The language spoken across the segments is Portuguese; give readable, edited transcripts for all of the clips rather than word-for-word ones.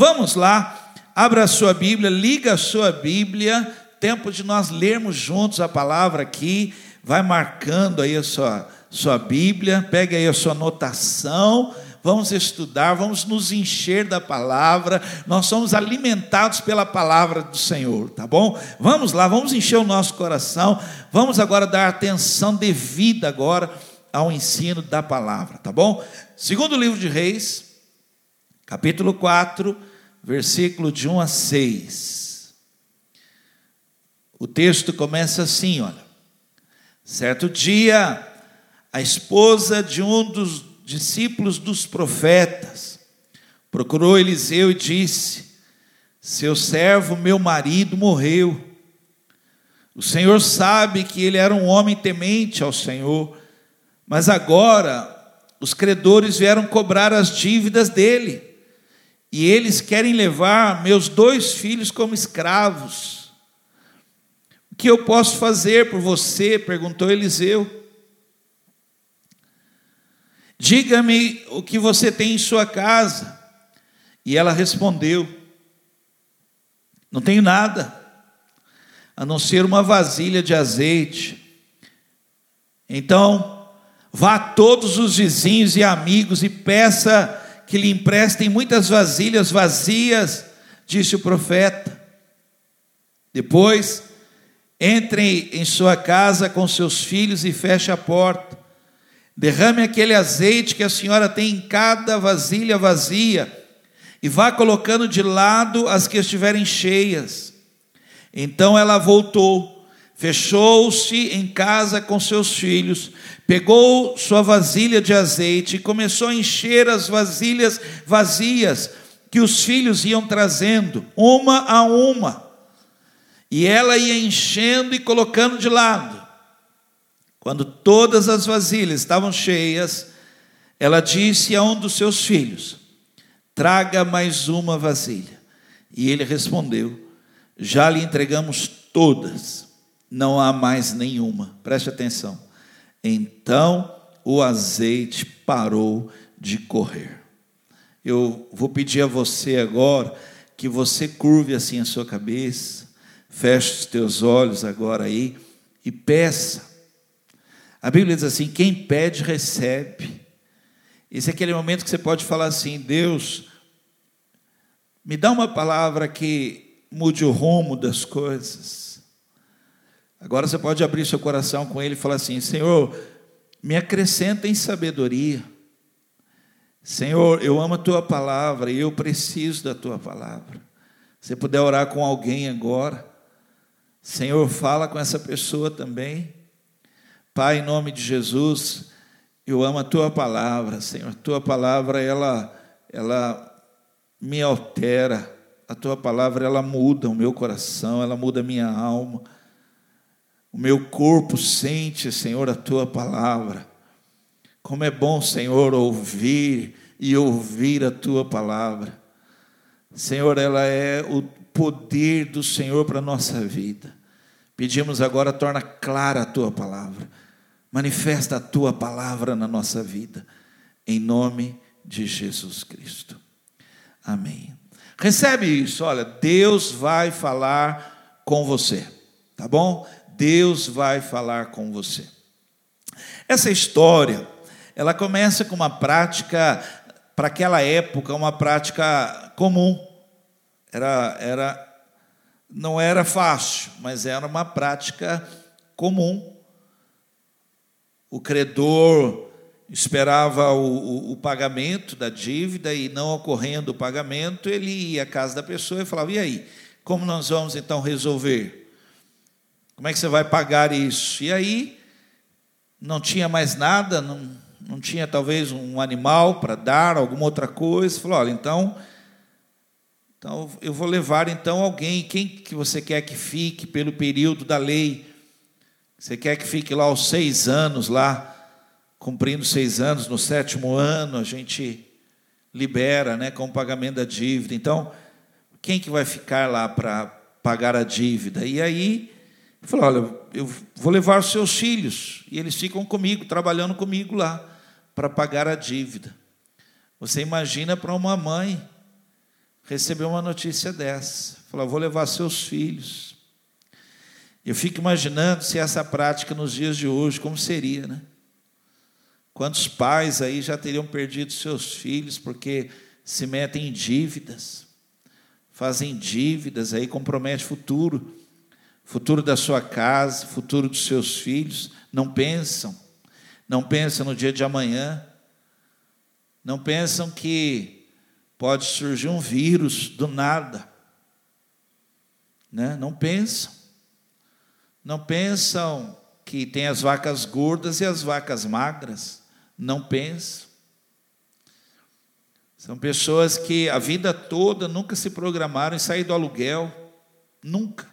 Vamos lá, abra a sua Bíblia, liga a sua Bíblia, tempo de nós lermos juntos a palavra aqui. Vai marcando aí a sua Bíblia, pega aí a sua anotação. Vamos estudar, vamos nos encher da palavra. Nós somos alimentados pela palavra do Senhor, tá bom? Vamos lá, vamos encher o nosso coração. Vamos agora dar atenção devida agora ao ensino da palavra, tá bom? Segundo livro de Reis, capítulo 4, versículo de 1 a 6. O texto começa assim, olha. Certo dia, a esposa de um dos discípulos dos profetas procurou Eliseu e disse: seu servo, meu marido, morreu. O Senhor sabe que ele era um homem temente ao Senhor, mas agora os credores vieram cobrar as dívidas dele, e eles querem levar meus 2 filhos como escravos. O que eu posso fazer por você? Perguntou Eliseu. Diga-me o que você tem em sua casa. E ela respondeu: não tenho nada, a não ser uma vasilha de azeite. Então, vá a todos os vizinhos e amigos e peça que lhe emprestem muitas vasilhas vazias, disse o profeta. Depois, entre em sua casa com seus filhos e feche a porta. Derrame aquele azeite que a senhora tem em cada vasilha vazia e vá colocando de lado as que estiverem cheias. Então ela voltou, fechou-se em casa com seus filhos, pegou sua vasilha de azeite e começou a encher as vasilhas vazias que os filhos iam trazendo, uma a uma. E ela ia enchendo e colocando de lado. Quando todas as vasilhas estavam cheias, ela disse a um dos seus filhos: traga mais uma vasilha. E ele respondeu: já lhe entregamos todas, não há mais nenhuma. Preste atenção. Então o azeite parou de correr. Eu vou pedir a você agora que você curve assim a sua cabeça, feche os teus olhos agora aí e peça. A Bíblia diz assim: quem pede, recebe. Esse é aquele momento que você pode falar assim: Deus, me dá uma palavra que mude o rumo das coisas. Agora você pode abrir seu coração com Ele e falar assim: Senhor, me acrescenta em sabedoria. Senhor, eu amo a Tua palavra e eu preciso da Tua palavra. Se puder orar com alguém agora, Senhor, fala com essa pessoa também. Pai, em nome de Jesus, eu amo a Tua palavra, Senhor. A Tua palavra, ela me altera. A Tua palavra, ela muda o meu coração, ela muda a minha alma. O meu corpo sente, Senhor, a Tua palavra. Como é bom, Senhor, ouvir e ouvir a Tua palavra. Senhor, ela é o poder do Senhor para a nossa vida. Pedimos agora, torna clara a Tua palavra. Manifesta a Tua palavra na nossa vida. Em nome de Jesus Cristo. Amém. Recebe isso, olha, Deus vai falar com você. Tá bom? Deus vai falar com você. Essa história, ela começa com uma prática, para aquela época, uma prática comum. Não era fácil, mas era uma prática comum. O credor esperava o pagamento da dívida e, não ocorrendo o pagamento, ele ia à casa da pessoa e falava: e aí, como nós vamos então resolver? Como é que você vai pagar isso? E aí, não tinha mais nada, não tinha talvez um animal para dar, alguma outra coisa. Falou: olha, então eu vou levar então alguém. Quem que você quer que fique pelo período da lei? Você quer que fique lá os 6 anos, lá, cumprindo 6 anos, no 7º ano a gente libera, né, com o pagamento da dívida. Então, quem que vai ficar lá para pagar a dívida? E aí, ele falou: olha, eu vou levar os seus filhos, e eles ficam comigo, trabalhando comigo lá, para pagar a dívida. Você imagina para uma mãe recebeu uma notícia dessa. Falou: vou levar seus filhos. Eu fico imaginando se essa prática nos dias de hoje, como seria, né? Quantos pais aí já teriam perdido seus filhos porque se metem em dívidas, fazem dívidas, aí compromete futuro da sua casa, futuro dos seus filhos. Não pensam no dia de amanhã, não pensam que pode surgir um vírus do nada, né? Não pensam que tem as vacas gordas e as vacas magras, não pensam. São pessoas que a vida toda nunca se programaram em sair do aluguel, nunca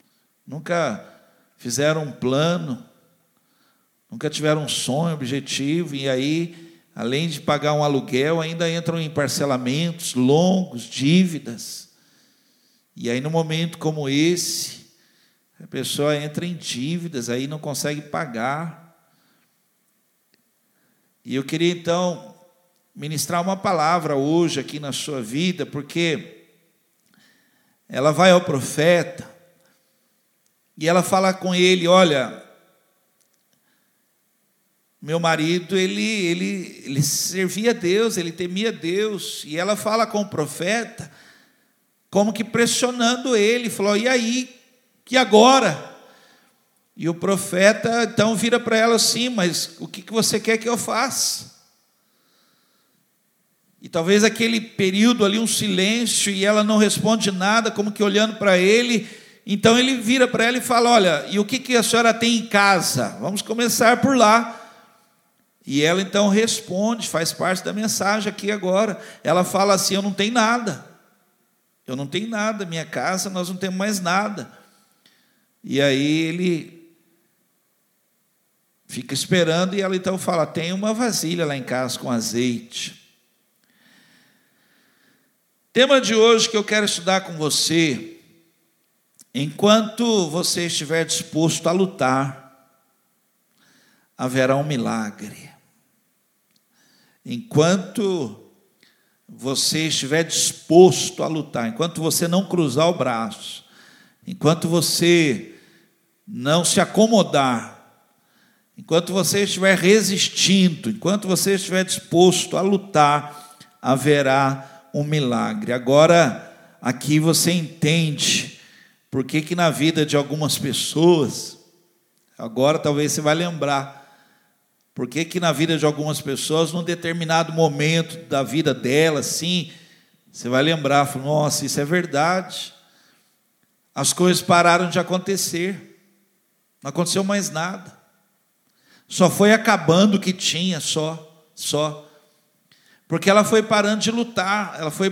fizeram um plano, nunca tiveram um sonho, objetivo, e aí, além de pagar um aluguel, ainda entram em parcelamentos longos, dívidas. E aí, num momento como esse, a pessoa entra em dívidas, aí não consegue pagar. E eu queria, então, ministrar uma palavra hoje aqui na sua vida, porque ela vai ao profeta, e ela fala com ele: olha, meu marido, ele servia a Deus, ele temia Deus. E ela fala com o profeta, como que pressionando ele, falou: e aí, que agora? E o profeta então vira para ela assim: mas o que você quer que eu faça? E talvez aquele período ali, um silêncio, e ela não responde nada, como que olhando para ele. Então ele vira para ela e fala: olha, e o que a senhora tem em casa? Vamos começar por lá. E ela então responde, faz parte da mensagem aqui agora. Ela fala assim: eu não tenho nada, minha casa nós não temos mais nada. E aí ele fica esperando, e ela então fala: tem uma vasilha lá em casa com azeite. Tema de hoje que eu quero estudar com você: enquanto você estiver disposto a lutar, haverá um milagre. Enquanto você estiver disposto a lutar, enquanto você não cruzar o braço, enquanto você não se acomodar, enquanto você estiver resistindo, enquanto você estiver disposto a lutar, haverá um milagre. Agora, aqui você entende por que na vida de algumas pessoas, agora talvez você vai lembrar, por que na vida de algumas pessoas, num determinado momento da vida delas, sim, você vai lembrar, fala: nossa, isso é verdade. As coisas pararam de acontecer, não aconteceu mais nada, só foi acabando o que tinha, só. Porque ela foi parando de lutar, ela foi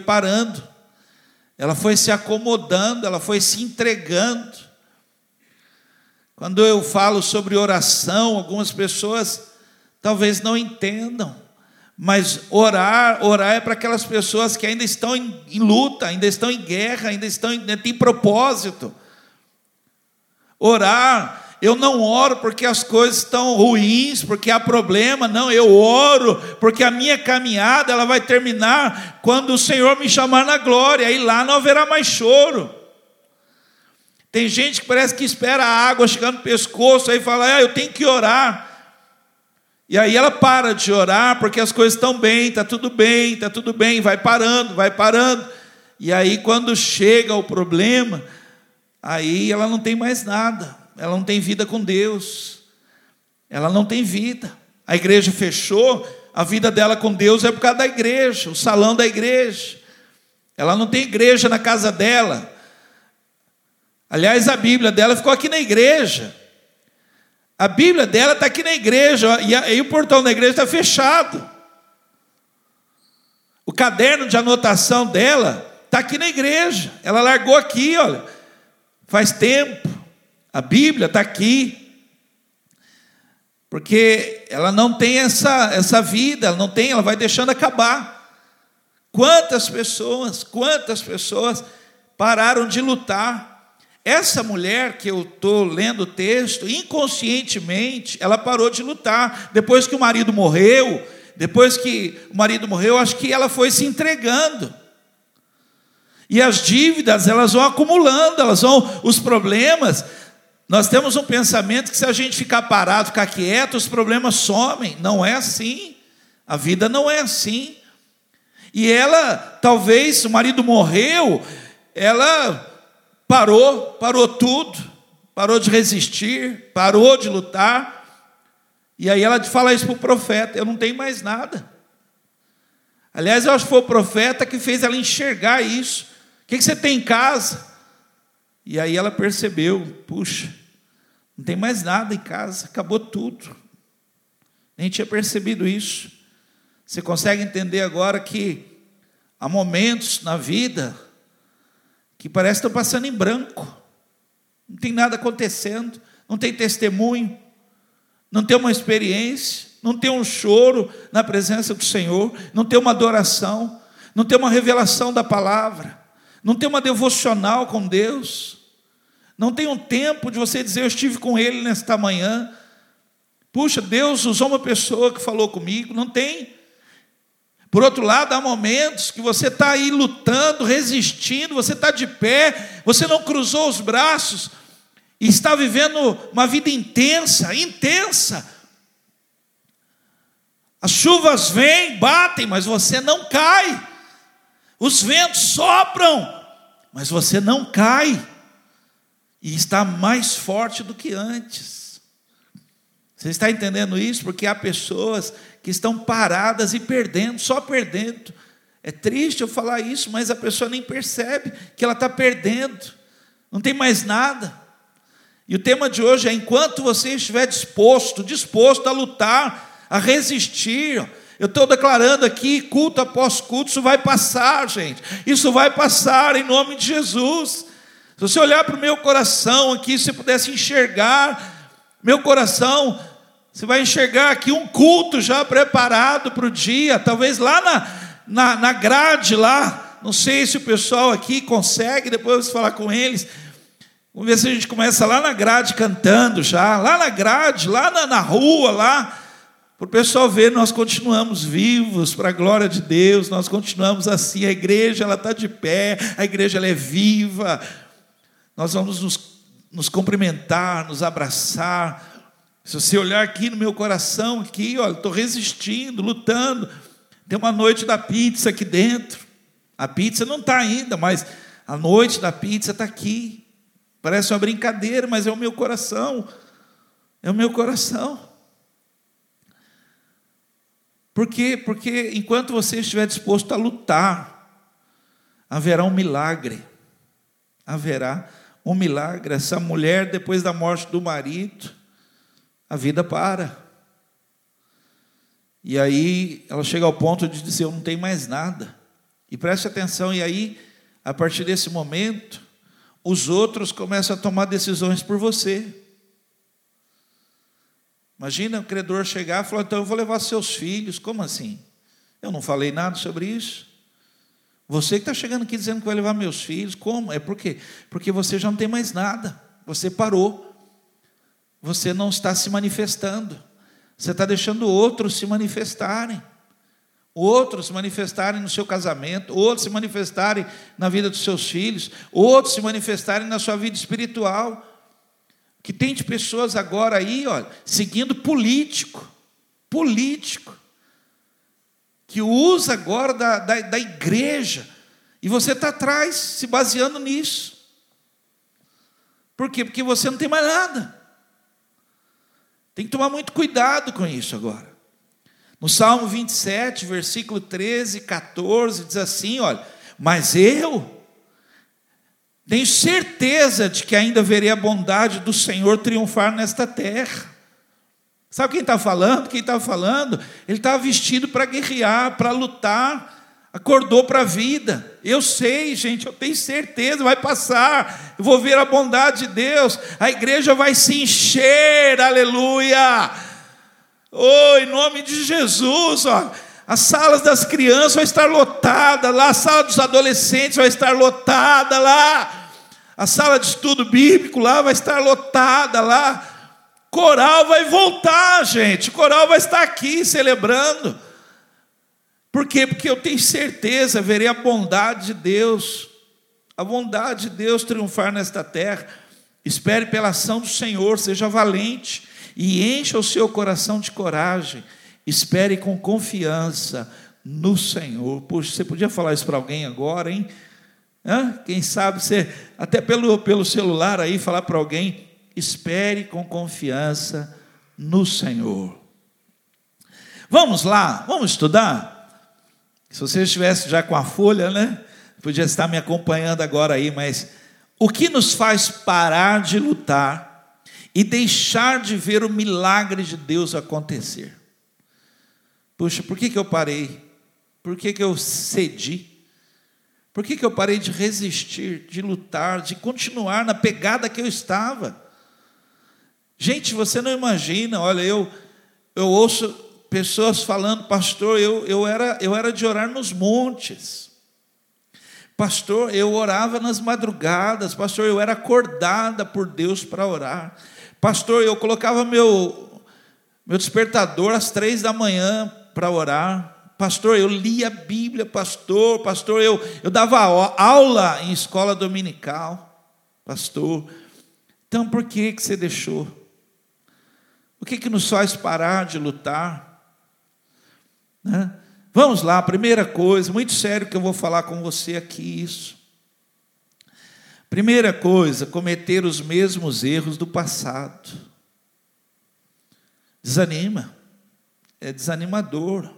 se acomodando, ela foi se entregando. Quando eu falo sobre oração, algumas pessoas talvez não entendam, mas orar é para aquelas pessoas que ainda estão em luta, ainda estão em guerra, ainda têm propósito. Orar, eu não oro porque as coisas estão ruins, porque há problema, não, eu oro porque a minha caminhada ela vai terminar quando o Senhor me chamar na glória, e lá não haverá mais choro. Tem gente que parece que espera a água chegar no pescoço, aí fala: eu tenho que orar. E aí ela para de orar, porque as coisas estão bem, está tudo bem, vai parando. E aí quando chega o problema, aí ela não tem mais nada, ela não tem vida com Deus, ela não tem vida. A igreja fechou, a vida dela com Deus é por causa da igreja, o salão da igreja. Ela não tem igreja na casa dela. Aliás, a Bíblia dela ficou aqui na igreja. A Bíblia dela está aqui na igreja, e aí o portão da igreja está fechado. O caderno de anotação dela está aqui na igreja. Ela largou aqui, olha, faz tempo. A Bíblia está aqui. Porque ela não tem essa vida, ela vai deixando acabar. Quantas pessoas pararam de lutar. Essa mulher que eu estou lendo o texto, inconscientemente, ela parou de lutar. Depois que o marido morreu, acho que ela foi se entregando. E as dívidas, elas vão acumulando, os problemas. Nós temos um pensamento que se a gente ficar parado, ficar quieto, os problemas somem. Não é assim. A vida não é assim. E ela, talvez, o marido morreu, ela parou tudo, parou de resistir, parou de lutar. E aí ela fala isso para o profeta: eu não tenho mais nada. Aliás, eu acho que foi o profeta que fez ela enxergar isso. O que você tem em casa? E aí ela percebeu: puxa, não tem mais nada em casa, acabou tudo. Nem tinha percebido isso. Você consegue entender agora que há momentos na vida que parece que estão passando em branco. Não tem nada acontecendo, não tem testemunho, não tem uma experiência, não tem um choro na presença do Senhor, não tem uma adoração, não tem uma revelação da palavra, não tem uma devocional com Deus, não tem um tempo de você dizer: eu estive com Ele nesta manhã, puxa, Deus usou uma pessoa que falou comigo. Não tem. Por outro lado, há momentos que você está aí lutando, resistindo, você está de pé, você não cruzou os braços, e está vivendo uma vida intensa. As chuvas vêm, batem, mas você não cai. Os ventos sopram, mas você não cai. E está mais forte do que antes. Você está entendendo isso? Porque há pessoas que estão paradas e perdendo, só perdendo. É triste eu falar isso, mas a pessoa nem percebe que ela está perdendo. Não tem mais nada. E o tema de hoje é: enquanto você estiver disposto a lutar, a resistir. Eu estou declarando aqui, culto após culto, isso vai passar, gente. Isso vai passar em nome de Jesus. Se você olhar para o meu coração aqui, se você pudesse enxergar meu coração, você vai enxergar aqui um culto já preparado para o dia, talvez lá na grade lá. Não sei se o pessoal aqui consegue, depois eu vou falar com eles. Vamos ver se a gente começa lá na grade cantando já, lá na grade, lá na rua, lá, para o pessoal ver. Nós continuamos vivos, para a glória de Deus, nós continuamos assim. A igreja, ela está de pé, a igreja, ela é viva. Nós vamos nos cumprimentar, nos abraçar. Se você olhar aqui no meu coração, aqui, olha, estou resistindo, lutando. Tem uma noite da pizza aqui dentro. A pizza não está ainda, mas a noite da pizza está aqui. Parece uma brincadeira, mas é o meu coração. É o meu coração. Por quê? Porque enquanto você estiver disposto a lutar, haverá um milagre. Haverá um milagre. Essa mulher, depois da morte do marido, a vida para. E aí ela chega ao ponto de dizer: eu não tenho mais nada. E preste atenção, e aí, a partir desse momento, os outros começam a tomar decisões por você. Imagina o credor chegar e falar: então eu vou levar seus filhos. Como assim? Eu não falei nada sobre isso. Você que está chegando aqui dizendo que vai levar meus filhos. Como? É por quê? Porque você já não tem mais nada. Você parou. Você não está se manifestando. Você está deixando outros se manifestarem. Outros se manifestarem no seu casamento. Outros se manifestarem na vida dos seus filhos. Outros se manifestarem na sua vida espiritual. Que tem de pessoas agora aí, olha, seguindo político, que usa agora da igreja, e você está atrás, se baseando nisso. Por quê? Porque você não tem mais nada. Tem que tomar muito cuidado com isso agora. No Salmo 27, versículo 13, 14, diz assim, olha: mas eu tenho certeza de que ainda verei a bondade do Senhor triunfar nesta terra. Sabe quem está falando? Quem está falando? Ele estava vestido para guerrear, para lutar, acordou para a vida. Eu sei, gente, eu tenho certeza, vai passar. Eu vou ver a bondade de Deus. A igreja vai se encher, aleluia. Oh, em nome de Jesus, ó. As salas das crianças vão estar lotadas lá, a sala dos adolescentes vai estar lotada lá, a sala de estudo bíblico lá vai estar lotada lá. Coral vai voltar, gente. Coral vai estar aqui celebrando. Por quê? Porque eu tenho certeza, verei a bondade de Deus. a bondade de Deus triunfar nesta terra. Espere pela ação do Senhor, seja valente e encha o seu coração de coragem. Espere com confiança no Senhor. Puxa, você podia falar isso para alguém agora, hein? Quem sabe você, até pelo celular aí, falar para alguém: espere com confiança no Senhor. Vamos lá, vamos estudar? Se você estivesse já com a folha, né? Podia estar me acompanhando agora aí, mas o que nos faz parar de lutar e deixar de ver o milagre de Deus acontecer? Puxa, por que eu parei? Por que eu cedi? Por que eu parei de resistir, de lutar, de continuar na pegada que eu estava? Gente, você não imagina, olha, eu ouço pessoas falando: pastor, eu era de orar nos montes. Pastor, eu orava nas madrugadas. Pastor, eu era acordada por Deus para orar. Pastor, eu colocava meu despertador às 3 da manhã para orar. Pastor, eu lia a Bíblia. Pastor, eu dava aula em escola dominical. Pastor, então por que você deixou? O que nos faz parar de lutar? Né? Vamos lá, primeira coisa, muito sério que eu vou falar com você aqui, isso. Primeira coisa, cometer os mesmos erros do passado. Desanima, é desanimador.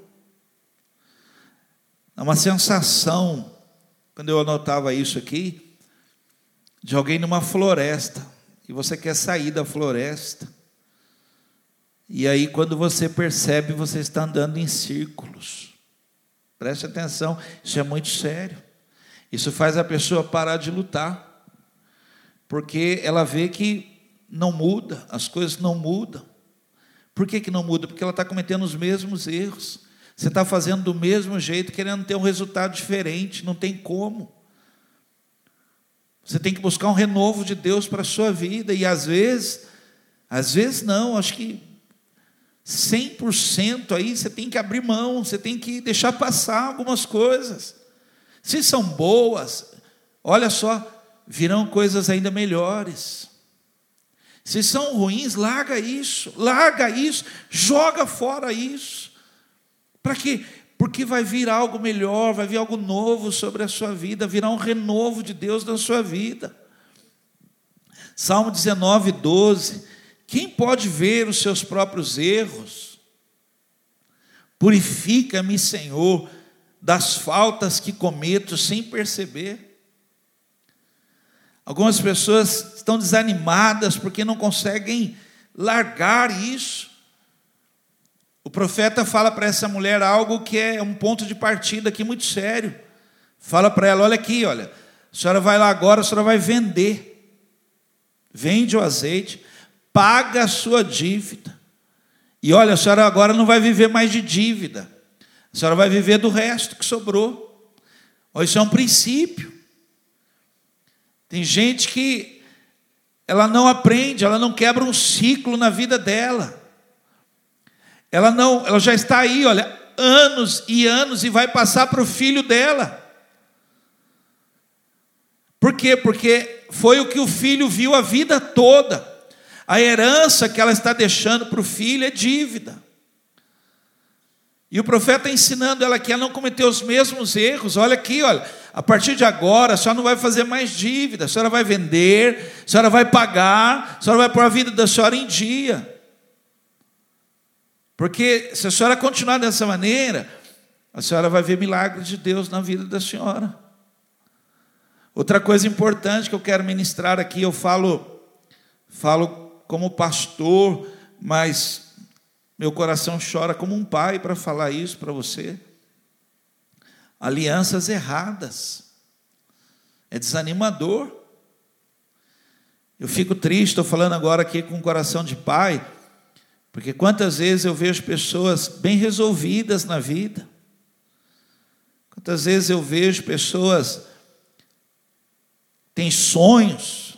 É uma sensação, quando eu anotava isso aqui, de alguém numa floresta, e você quer sair da floresta, e aí quando você percebe, você está andando em círculos. Preste atenção, isso é muito sério. Isso faz a pessoa parar de lutar, porque ela vê que não muda, as coisas não mudam. Por que não muda? Porque ela está cometendo os mesmos erros. Você está fazendo do mesmo jeito, querendo ter um resultado diferente, não tem como. Você tem que buscar um renovo de Deus para a sua vida, e às vezes não, acho que 100% aí você tem que abrir mão, você tem que deixar passar algumas coisas. Se são boas, olha só, virão coisas ainda melhores. Se são ruins, larga isso, joga fora isso. Para quê? Porque vai vir algo melhor, vai vir algo novo sobre a sua vida, virá um renovo de Deus na sua vida. Salmo 19, 12. Quem pode ver os seus próprios erros? Purifica-me, Senhor, das faltas que cometo sem perceber. Algumas pessoas estão desanimadas porque não conseguem largar isso. O profeta fala para essa mulher algo que é um ponto de partida aqui muito sério. Fala para ela: olha aqui, olha, a senhora vai lá agora, a senhora vai vender. Vende o azeite, paga a sua dívida. E olha, a senhora agora não vai viver mais de dívida. A senhora vai viver do resto que sobrou. Isso é um princípio. Tem gente que ela não aprende, ela não quebra um ciclo na vida dela. Ela já está aí, olha, anos e anos, e vai passar para o filho dela. Por quê? Porque foi o que o filho viu a vida toda. A herança que ela está deixando para o filho é dívida. E o profeta ensinando ela que ela não cometeu os mesmos erros. Olha aqui, olha, a partir de agora a senhora não vai fazer mais dívida, a senhora vai vender, a senhora vai pagar, a senhora vai pôr a vida da senhora em dia. Porque se a senhora continuar dessa maneira, a senhora vai ver milagres de Deus na vida da senhora. Outra coisa importante que eu quero ministrar aqui, eu falo como pastor, mas meu coração chora como um pai para falar isso para você. Alianças erradas. É desanimador. Eu fico triste, estou falando agora aqui com o coração de pai, porque quantas vezes eu vejo pessoas bem resolvidas na vida. Quantas vezes eu vejo pessoas têm sonhos,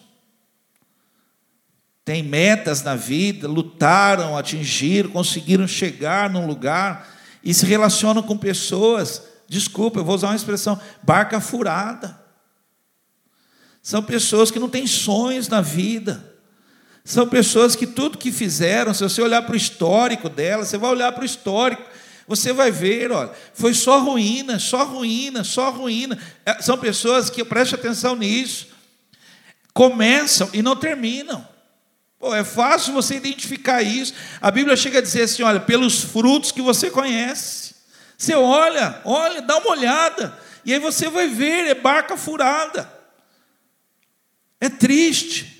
têm metas na vida, lutaram, atingiram, conseguiram chegar num lugar e se relacionam com pessoas, desculpa, eu vou usar uma expressão, barca furada. São pessoas que não têm sonhos na vida. São pessoas que tudo que fizeram, se você olhar para o histórico delas, você vai olhar para o histórico, você vai ver, olha, foi só ruína, só ruína, só ruína. São pessoas que, preste atenção nisso, começam e não terminam. Pô, é fácil você identificar isso. A Bíblia chega a dizer assim, olha, pelos frutos que você conhece. Você olha, dá uma olhada, e aí você vai ver, é barca furada. É triste.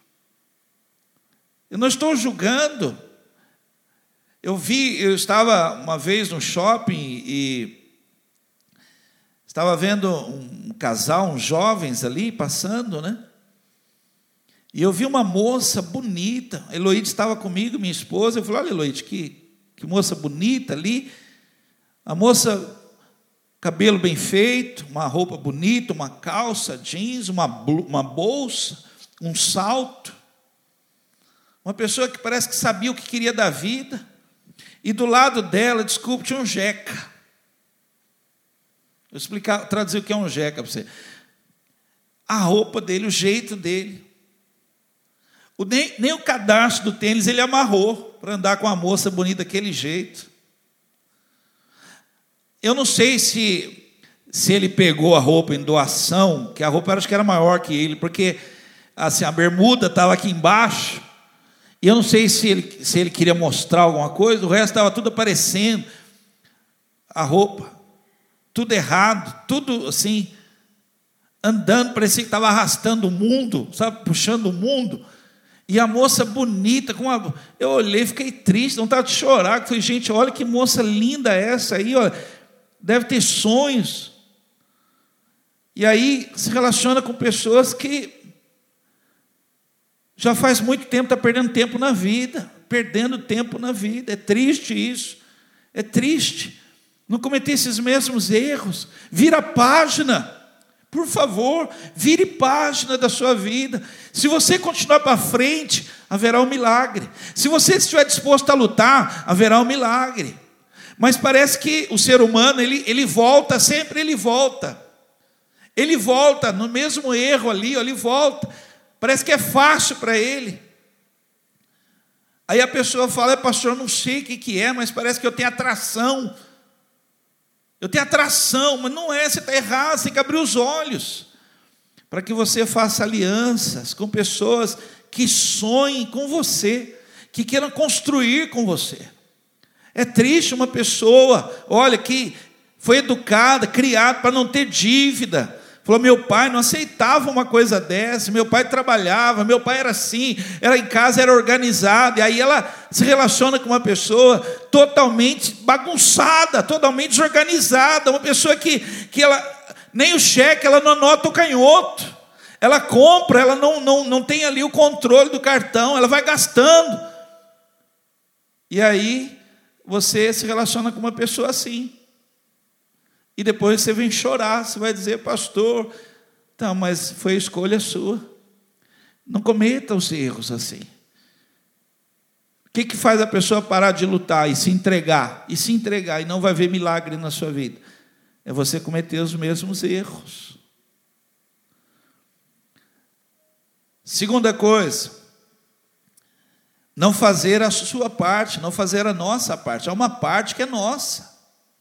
Eu não estou julgando. Eu estava uma vez no shopping e estava vendo um casal, uns jovens ali passando, né? E eu vi uma moça bonita. A Eloíde estava comigo, minha esposa. Eu falei, olha, Eloíde, que moça bonita ali. A moça, cabelo bem feito, uma roupa bonita, uma calça jeans, uma bolsa, um salto. Uma pessoa que parece que sabia o que queria da vida. E do lado dela, desculpe, tinha um jeca. Vou traduzir o que é um jeca para você. A roupa dele, o jeito dele. Nem o cadastro do tênis ele amarrou para andar com a moça bonita daquele jeito. Eu não sei se ele pegou a roupa em doação, que a roupa acho que era maior que ele, porque assim, a bermuda estava aqui embaixo, e eu não sei se ele queria mostrar alguma coisa, o resto estava tudo aparecendo, a roupa, tudo errado, tudo assim, andando, parecia que estava arrastando o mundo, sabe, puxando o mundo. E a moça bonita, eu olhei, fiquei triste, não estava de chorar. Falei, gente, olha que moça linda essa aí, olha, deve ter sonhos. E aí se relaciona com pessoas que já faz muito tempo está perdendo tempo na vida, É triste isso, é triste. Não cometer esses mesmos erros. Vira a página. Por favor, vire página da sua vida. Se você continuar para frente, haverá um milagre. Se você estiver disposto a lutar, haverá um milagre. Mas parece que o ser humano, ele volta, sempre ele volta. Ele volta no mesmo erro ali, ele volta. Parece que é fácil para ele. Aí a pessoa fala, pastor, eu não sei o que é, mas parece que eu tenho atração. Eu tenho atração, mas não é, você está errado, você tem que abrir os olhos, para que você faça alianças com pessoas que sonhem com você, que queiram construir com você. É triste uma pessoa, olha, que foi educada, criada para não ter dívida. Falou, meu pai não aceitava uma coisa dessa, meu pai trabalhava, meu pai era assim, era em casa, era organizado, e aí ela se relaciona com uma pessoa totalmente bagunçada, totalmente desorganizada, uma pessoa que ela, nem o cheque, ela não anota o canhoto, ela compra, ela não tem ali o controle do cartão, ela vai gastando, e aí você se relaciona com uma pessoa assim, e depois você vem chorar, você vai dizer, pastor, tá, mas foi escolha sua. Não cometa os erros assim. O que faz a pessoa parar de lutar e se entregar? E não vai ver milagre na sua vida? É você cometer os mesmos erros. Segunda coisa, não fazer a sua parte, não fazer a nossa parte. Há uma parte que é nossa.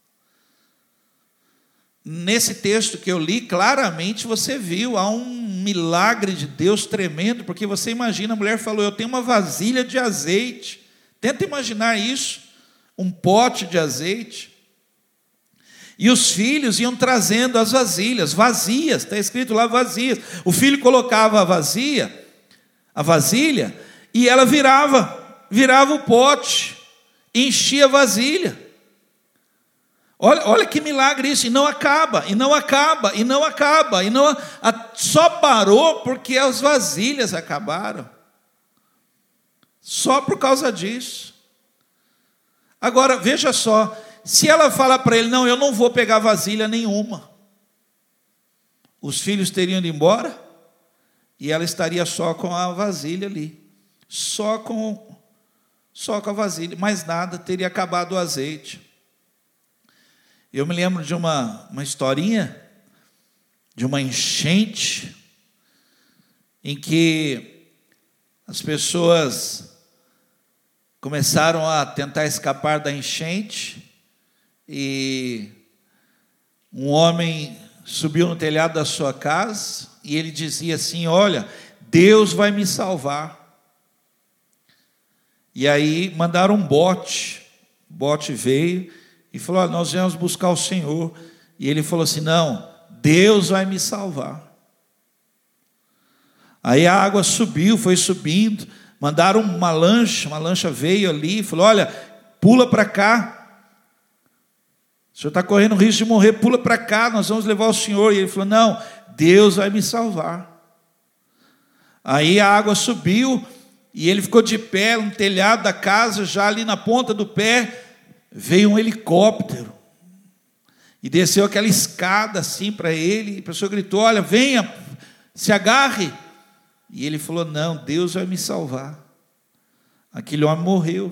Nesse texto que eu li, claramente você viu, há um milagre de Deus tremendo, porque você imagina, a mulher falou, eu tenho uma vasilha de azeite, tenta imaginar isso, um pote de azeite, e os filhos iam trazendo as vasilhas, vazias, está escrito lá vazias, o filho colocava a vasilha, e ela virava o pote, enchia a vasilha. Olha que milagre isso, e não acaba, só parou porque as vasilhas acabaram, só por causa disso. Agora, veja só, se ela fala para ele, não, eu não vou pegar vasilha nenhuma, os filhos teriam ido embora, e ela estaria só com a vasilha ali, só com a vasilha, mais nada, teria acabado o azeite. Eu me lembro de uma historinha, de uma enchente, em que as pessoas começaram a tentar escapar da enchente, e um homem subiu no telhado da sua casa, e ele dizia assim: olha, Deus vai me salvar. E aí mandaram um bote, o bote veio e falou: olha, nós viemos buscar o Senhor. E ele falou assim: não, Deus vai me salvar. Aí a água subiu, foi subindo, mandaram uma lancha veio ali e falou: olha, pula para cá, o senhor está correndo risco de morrer, pula para cá, nós vamos levar o senhor. E ele falou: não, Deus vai me salvar. Aí a água subiu, e ele ficou de pé no telhado da casa, já ali na ponta do pé, veio um helicóptero, e desceu aquela escada assim para ele, e a pessoa gritou: olha, venha, se agarre. E ele falou: não, Deus vai me salvar. Aquele homem morreu.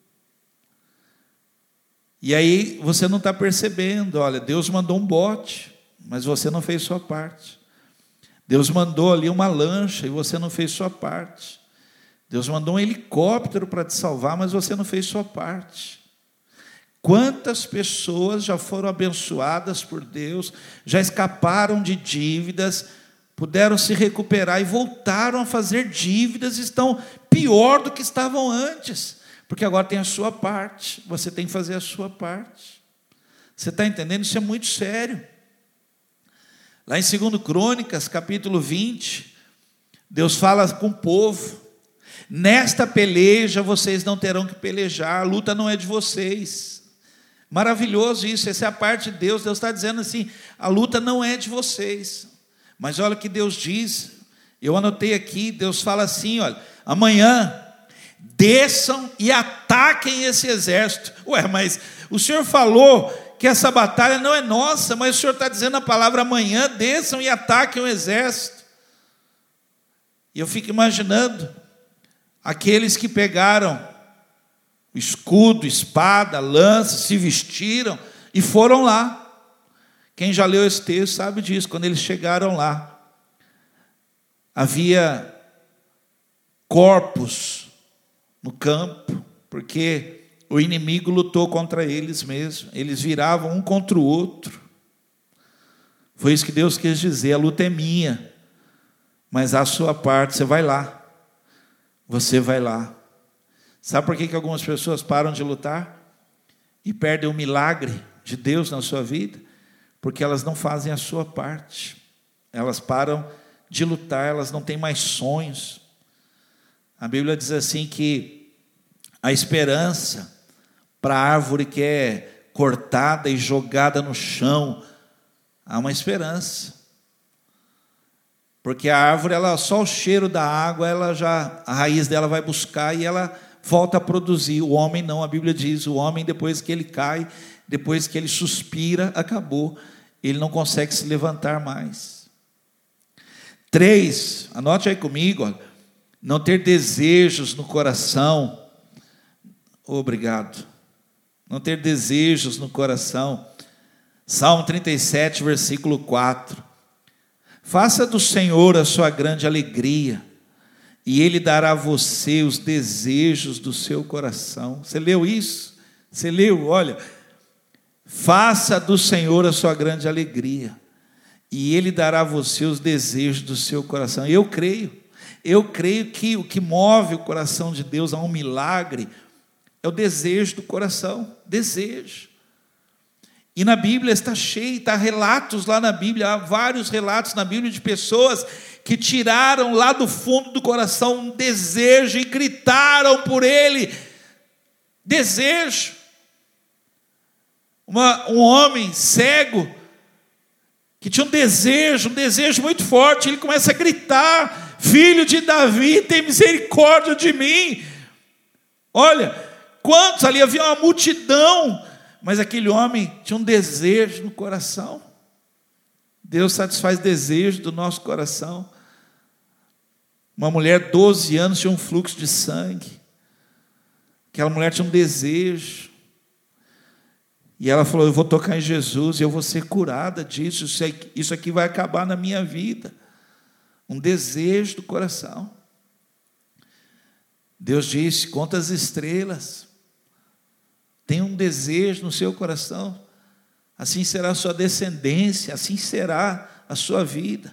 E aí você não está percebendo, olha, Deus mandou um bote, mas você não fez sua parte. Deus mandou ali uma lancha, e você não fez sua parte. Deus mandou um helicóptero para te salvar, mas você não fez sua parte. Quantas pessoas já foram abençoadas por Deus, já escaparam de dívidas, puderam se recuperar e voltaram a fazer dívidas, estão pior do que estavam antes, porque agora tem a sua parte, você tem que fazer a sua parte. Você está entendendo? Isso é muito sério. Lá em 2 Crônicas, capítulo 20, Deus fala com o povo: nesta peleja vocês não terão que pelejar, a luta não é de vocês. Maravilhoso isso, essa é a parte de Deus. Deus está dizendo assim: a luta não é de vocês. Mas olha o que Deus diz, eu anotei aqui, Deus fala assim: olha, amanhã desçam e ataquem esse exército. Ué, mas o Senhor falou que essa batalha não é nossa, mas o Senhor está dizendo a palavra amanhã: desçam e ataquem o exército. E eu fico imaginando aqueles que pegaram o escudo, espada, lança, se vestiram e foram lá. Quem já leu esse texto sabe disso. Quando eles chegaram lá, havia corpos no campo, porque o inimigo lutou contra eles mesmo. Eles viravam um contra o outro. Foi isso que Deus quis dizer: a luta é minha, mas a sua parte, você vai lá. Você vai lá. Sabe por que algumas pessoas param de lutar e perdem o milagre de Deus na sua vida? Porque elas não fazem a sua parte. Elas param de lutar, elas não têm mais sonhos. A Bíblia diz assim que a esperança para a árvore que é cortada e jogada no chão, há uma esperança. Porque a árvore, só o cheiro da água, a raiz dela vai buscar e ela volta a produzir. O homem não, a Bíblia diz: o homem, depois que ele cai, depois que ele suspira, acabou. Ele não consegue se levantar mais. 3, anote aí comigo, olha, não ter desejos no coração. Obrigado. Não ter desejos no coração. Salmo 37, versículo 4. Faça do Senhor a sua grande alegria, e Ele dará a você os desejos do seu coração. Você leu isso? Você leu? Olha, faça do Senhor a sua grande alegria, e Ele dará a você os desejos do seu coração. Eu creio que o que move o coração de Deus a um milagre é o desejo do coração, desejo. E na Bíblia está cheio, está relatos lá na Bíblia, há vários relatos na Bíblia de pessoas que tiraram lá do fundo do coração um desejo e gritaram por ele. Desejo. Um homem cego, que tinha um desejo muito forte, ele começa a gritar: filho de Davi, tem misericórdia de mim. Olha, quantos ali, havia uma multidão, mas aquele homem tinha um desejo no coração. Deus satisfaz desejo do nosso coração. Uma mulher, 12 anos, tinha um fluxo de sangue. Aquela mulher tinha um desejo. E ela falou: eu vou tocar em Jesus e eu vou ser curada disso. Isso aqui vai acabar na minha vida. um desejo do coração. Deus disse: conta as estrelas. Tem um desejo no seu coração. Assim será a sua descendência, assim será a sua vida.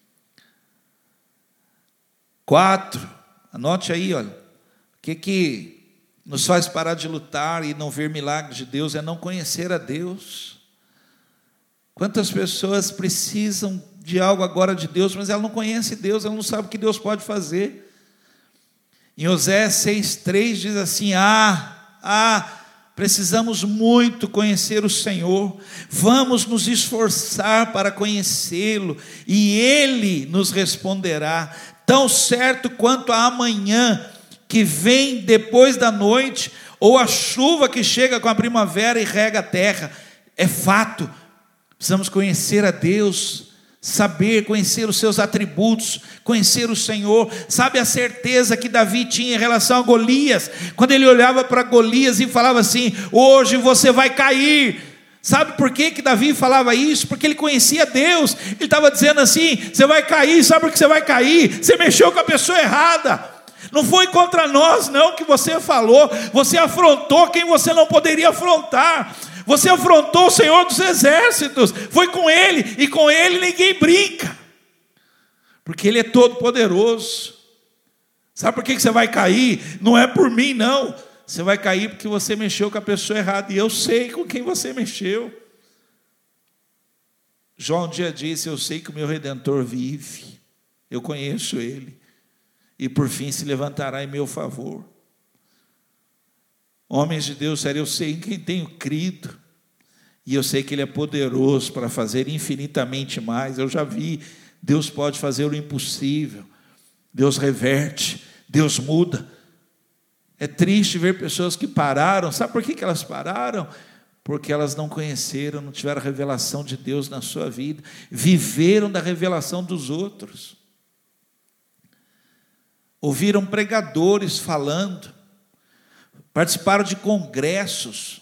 4, anote aí, olha. O que nos faz parar de lutar e não ver milagres de Deus é não conhecer a Deus. Quantas pessoas precisam de algo agora de Deus, mas ela não conhece Deus, ela não sabe o que Deus pode fazer. Em Oséias 6,3 diz assim: precisamos muito conhecer o Senhor, vamos nos esforçar para conhecê-lo, e Ele nos responderá, tão certo quanto a amanhã, que vem depois da noite, ou a chuva que chega com a primavera e rega a terra. É fato, precisamos conhecer a Deus, saber, conhecer os seus atributos, conhecer o Senhor. Sabe a certeza que Davi tinha em relação a Golias, quando ele olhava para Golias e falava assim: hoje você vai cair. Sabe por que Davi falava isso? Porque ele conhecia Deus. Ele estava dizendo assim: você vai cair. Sabe por que você vai cair? Você mexeu com a pessoa errada. Não foi contra nós não que você falou, você afrontou quem você não poderia afrontar. Você afrontou o Senhor dos exércitos, foi com Ele, e com Ele ninguém brinca, porque Ele é todo poderoso. Sabe por que você vai cair? Não é por mim não, você vai cair porque você mexeu com a pessoa errada, e eu sei com quem você mexeu. João um dia disse: eu sei que o meu Redentor vive, eu conheço Ele, e por fim se levantará em meu favor. Homens de Deus, sério, eu sei em quem tenho crido, e eu sei que Ele é poderoso para fazer infinitamente mais. Eu já vi, Deus pode fazer o impossível, Deus reverte, Deus muda. É triste ver pessoas que pararam. Sabe por que elas pararam? Porque elas não conheceram, não tiveram a revelação de Deus na sua vida, viveram da revelação dos outros, ouviram pregadores falando, participaram de congressos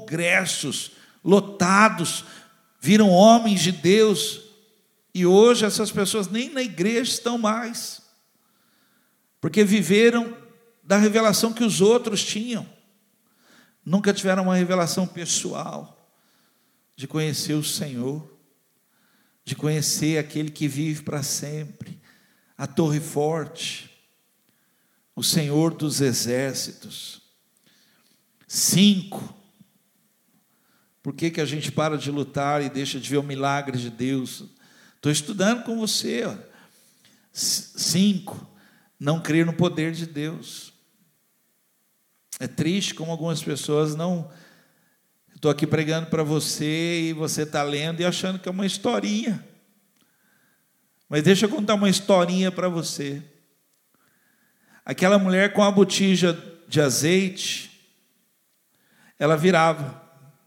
lotados, viram homens de Deus, e hoje essas pessoas nem na igreja estão mais, porque viveram da revelação que os outros tinham, nunca tiveram uma revelação pessoal, de conhecer o Senhor, de conhecer aquele que vive para sempre, a torre forte, o Senhor dos exércitos. 5, por que a gente para de lutar e deixa de ver o milagre de Deus? Estou estudando com você. 5, não crer no poder de Deus. É triste como algumas pessoas não... Estou aqui pregando para você e você está lendo e achando que é uma historinha. Mas deixa eu contar uma historinha para você. Aquela mulher com a botija de azeite, ela virava,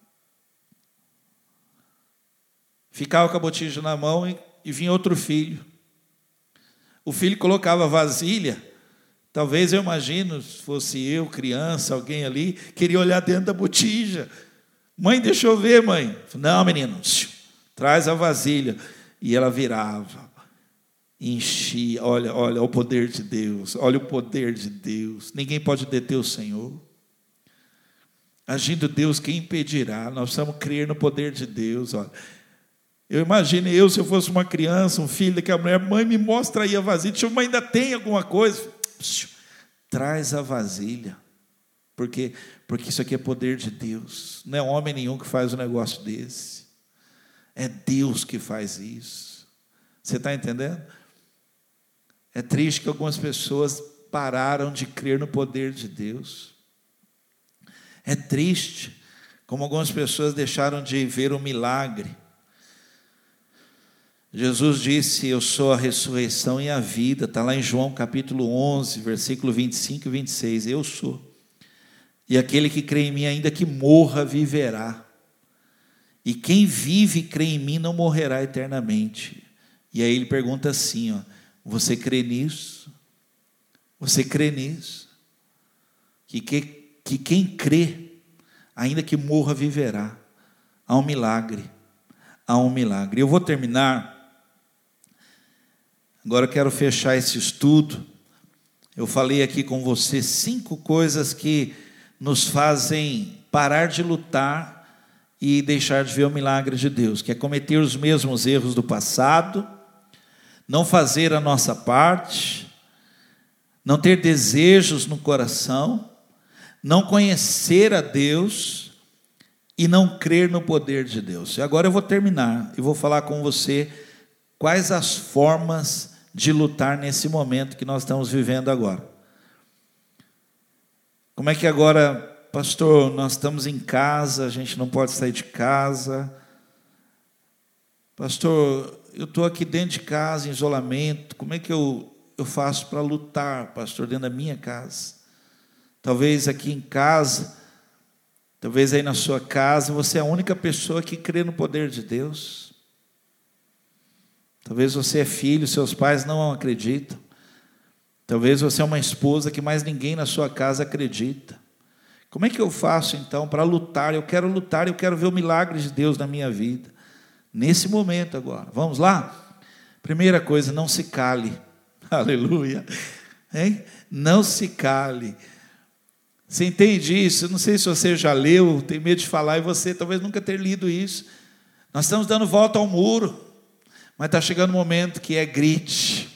ficava com a botija na mão e vinha outro filho. O filho colocava a vasilha. Talvez, eu imagino, se fosse eu, criança, alguém ali, queria olhar dentro da botija. Mãe, deixa eu ver, mãe. Não, menino, traz a vasilha. E ela virava, enchia. Olha o poder de Deus, olha o poder de Deus. Ninguém pode deter o Senhor. Agindo Deus, quem impedirá? Nós precisamos crer no poder de Deus. Olha, eu imagino se eu fosse uma criança, um filho daquela mulher: mãe, me mostra aí a vasilha. Deixa eu, mãe, ainda tem alguma coisa? Traz a vasilha. Porque isso aqui é poder de Deus. Não é homem nenhum que faz um negócio desse. É Deus que faz isso. Você está entendendo? É triste que algumas pessoas pararam de crer no poder de Deus. É triste como algumas pessoas deixaram de ver o milagre. Jesus disse: eu sou a ressurreição e a vida. Está lá em João capítulo 11, versículo 25 e 26. Eu sou. E aquele que crê em mim, ainda que morra, viverá. E quem vive e crê em mim não morrerá eternamente. E aí ele pergunta assim: você crê nisso? Você crê nisso? Que quem crê, ainda que morra, viverá. Há um milagre. Há um milagre. Eu vou terminar Agora eu quero fechar esse estudo. Eu falei aqui com você 5 coisas que nos fazem parar de lutar e deixar de ver o milagre de Deus, que é cometer os mesmos erros do passado, não fazer a nossa parte, não ter desejos no coração, não conhecer a Deus e não crer no poder de Deus. E agora eu vou terminar e vou falar com você quais as formas de lutar nesse momento que nós estamos vivendo agora. Como é que agora, pastor, nós estamos em casa, a gente não pode sair de casa. Pastor, eu estou aqui dentro de casa, em isolamento, como é que eu faço para lutar, pastor, dentro da minha casa? Talvez aqui em casa, talvez aí na sua casa, você é a única pessoa que crê no poder de Deus. Talvez você é filho, seus pais não acreditam. Talvez você é uma esposa que mais ninguém na sua casa acredita. Como é que eu faço então para lutar? Eu quero lutar, eu quero ver o milagre de Deus na minha vida. Nesse momento agora. Vamos lá? Primeira coisa, não se cale. Aleluia. Hein? Não se cale. Você entende isso? Eu não sei se você já leu, tem medo de falar, e você talvez nunca ter lido isso. Nós estamos dando volta ao muro. Mas está chegando o momento que é grite,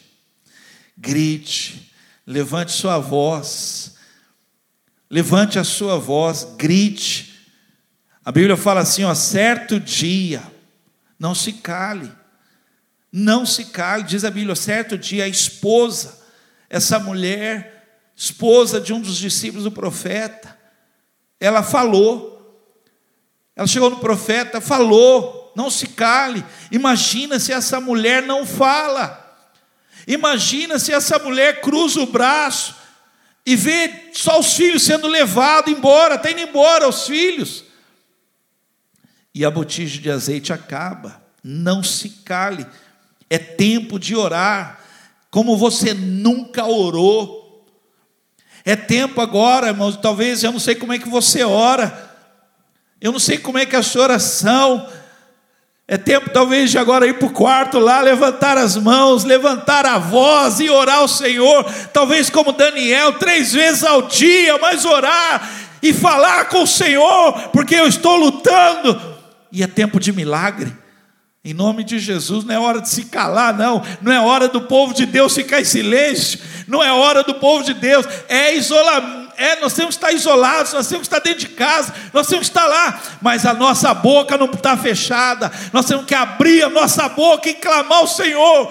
levante sua voz, levante a sua voz, grite. A Bíblia fala assim, certo dia, não se cale, diz a Bíblia, certo dia a esposa, essa mulher, esposa de um dos discípulos do profeta, ela falou, ela chegou no profeta, falou, não se cale. Imagina se essa mulher não fala. Imagina se essa mulher cruza o braço e vê só os filhos sendo levados embora, está indo embora os filhos. E a botija de azeite acaba. Não se cale. É tempo de orar como você nunca orou. É tempo agora, irmãos, talvez eu não sei como é que você ora. Eu não sei como é que é a sua oração. É tempo talvez de agora ir para o quarto lá, levantar as mãos, levantar a voz e orar ao Senhor, talvez como Daniel, 3 vezes ao dia, mas orar e falar com o Senhor, porque eu estou lutando, e é tempo de milagre, em nome de Jesus. Não é hora de se calar, não é hora do povo de Deus ficar em silêncio, não é hora do povo de Deus, é isolamento. Nós temos que estar isolados, nós temos que estar dentro de casa, nós temos que estar lá, mas a nossa boca não está fechada, nós temos que abrir a nossa boca e clamar ao Senhor,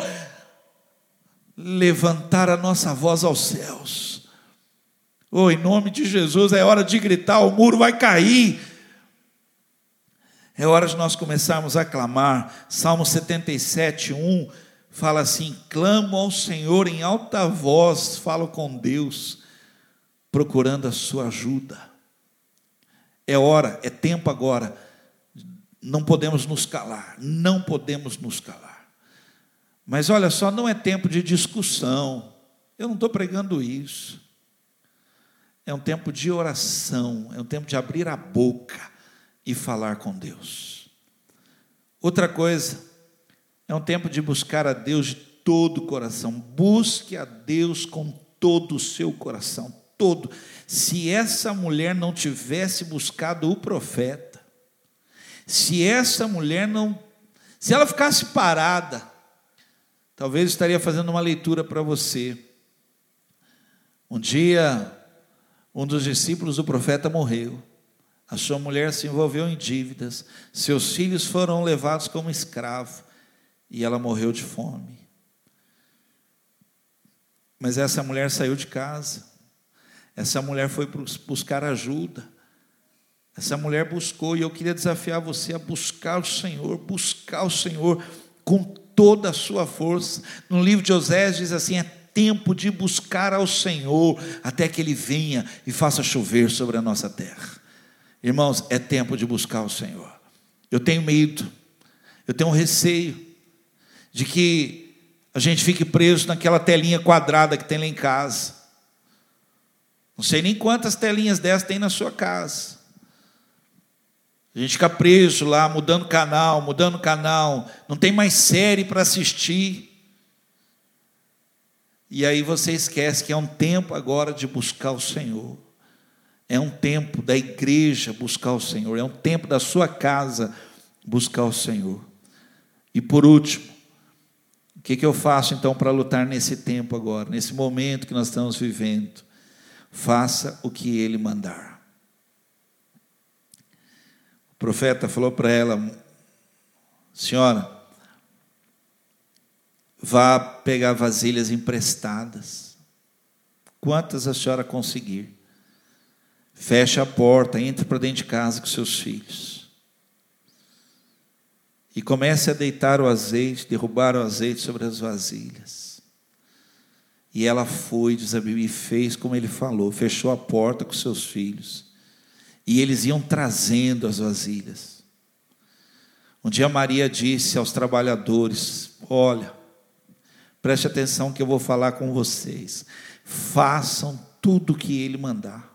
levantar a nossa voz aos céus. Em nome de Jesus, é hora de gritar, o muro vai cair, é hora de nós começarmos a clamar. Salmo 77:1 fala assim, clamo ao Senhor em alta voz, falo com Deus, procurando a sua ajuda. É hora, é tempo agora. Não podemos nos calar, não podemos nos calar. Mas olha só, não é tempo de discussão. Eu não estou pregando isso. É um tempo de oração, é um tempo de abrir a boca e falar com Deus. Outra coisa, é um tempo de buscar a Deus de todo o coração. Busque a Deus com todo o seu coração. Todo. Se essa mulher não tivesse buscado o profeta, se essa mulher se ela ficasse parada, talvez eu estaria fazendo uma leitura para você. Um dia, um dos discípulos do profeta morreu, a sua mulher se envolveu em dívidas, seus filhos foram levados como escravo, e ela morreu de fome. Mas essa mulher saiu de casa, essa mulher foi buscar ajuda, essa mulher buscou, e eu queria desafiar você a buscar o Senhor com toda a sua força. No livro de Oséias diz assim, é tempo de buscar ao Senhor, até que Ele venha e faça chover sobre a nossa terra. Irmãos, é tempo de buscar o Senhor. Eu tenho medo, eu tenho um receio, de que a gente fique preso naquela telinha quadrada que tem lá em casa. Não sei nem quantas telinhas dessas tem na sua casa. A gente fica preso lá, mudando canal, não tem mais série para assistir. E aí você esquece que é um tempo agora de buscar o Senhor. É um tempo da igreja buscar o Senhor. É um tempo da sua casa buscar o Senhor. E por último, o que eu faço então para lutar nesse tempo agora, nesse momento que nós estamos vivendo? Faça o que Ele mandar. O profeta falou para ela: senhora, vá pegar vasilhas emprestadas, quantas a senhora conseguir. Feche a porta, entre para dentro de casa com seus filhos. E comece a deitar o azeite, derrubar o azeite sobre as vasilhas. E ela foi, diz a Bíblia, e fez como ele falou, fechou a porta com seus filhos. E eles iam trazendo as vasilhas. Um dia Maria disse aos trabalhadores: olha, preste atenção que eu vou falar com vocês. Façam tudo o que ele mandar.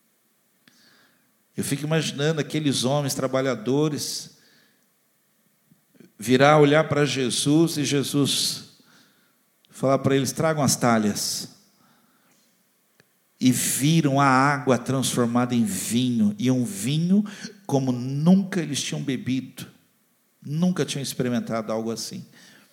Eu fico imaginando aqueles homens trabalhadores virar, olhar para Jesus e Jesus falar para eles: tragam as talhas. E viram a água transformada em vinho, e um vinho como nunca eles tinham bebido, nunca tinham experimentado algo assim.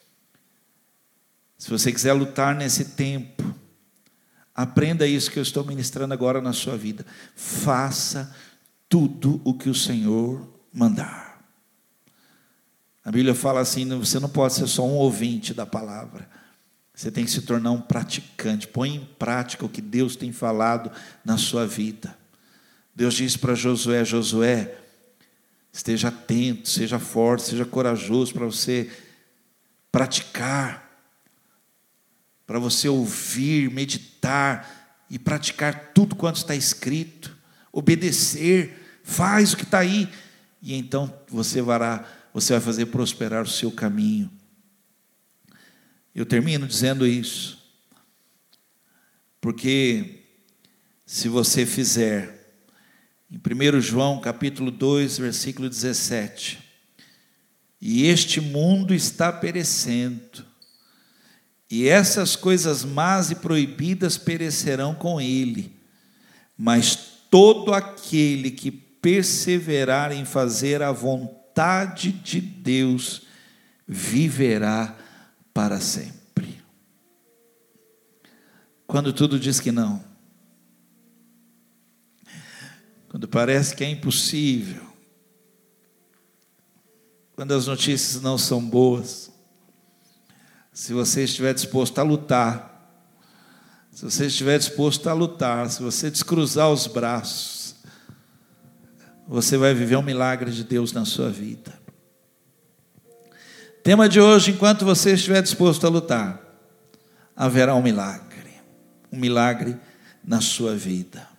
Se você quiser lutar nesse tempo, aprenda isso que eu estou ministrando agora na sua vida. Faça tudo o que o Senhor mandar. A Bíblia fala assim: você não pode ser só um ouvinte da palavra, você tem que se tornar um praticante. Põe em prática o que Deus tem falado na sua vida. Deus disse para Josué: Josué, esteja atento, seja forte, seja corajoso, para você praticar, para você ouvir, meditar e praticar tudo quanto está escrito, obedecer. Faz o que está aí, e então você vai fazer prosperar o seu caminho. Eu termino dizendo isso, porque se você fizer, em 1 João capítulo 2, versículo 17, e este mundo está perecendo, e essas coisas más e proibidas perecerão com ele, mas todo aquele que perseverar em fazer a vontade de Deus viverá para sempre. Quando tudo diz que não, quando parece que é impossível, quando as notícias não são boas, se você estiver disposto a lutar, se você estiver disposto a lutar, se você descruzar os braços, você vai viver um milagre de Deus na sua vida. Tema de hoje: enquanto você estiver disposto a lutar, haverá um milagre na sua vida.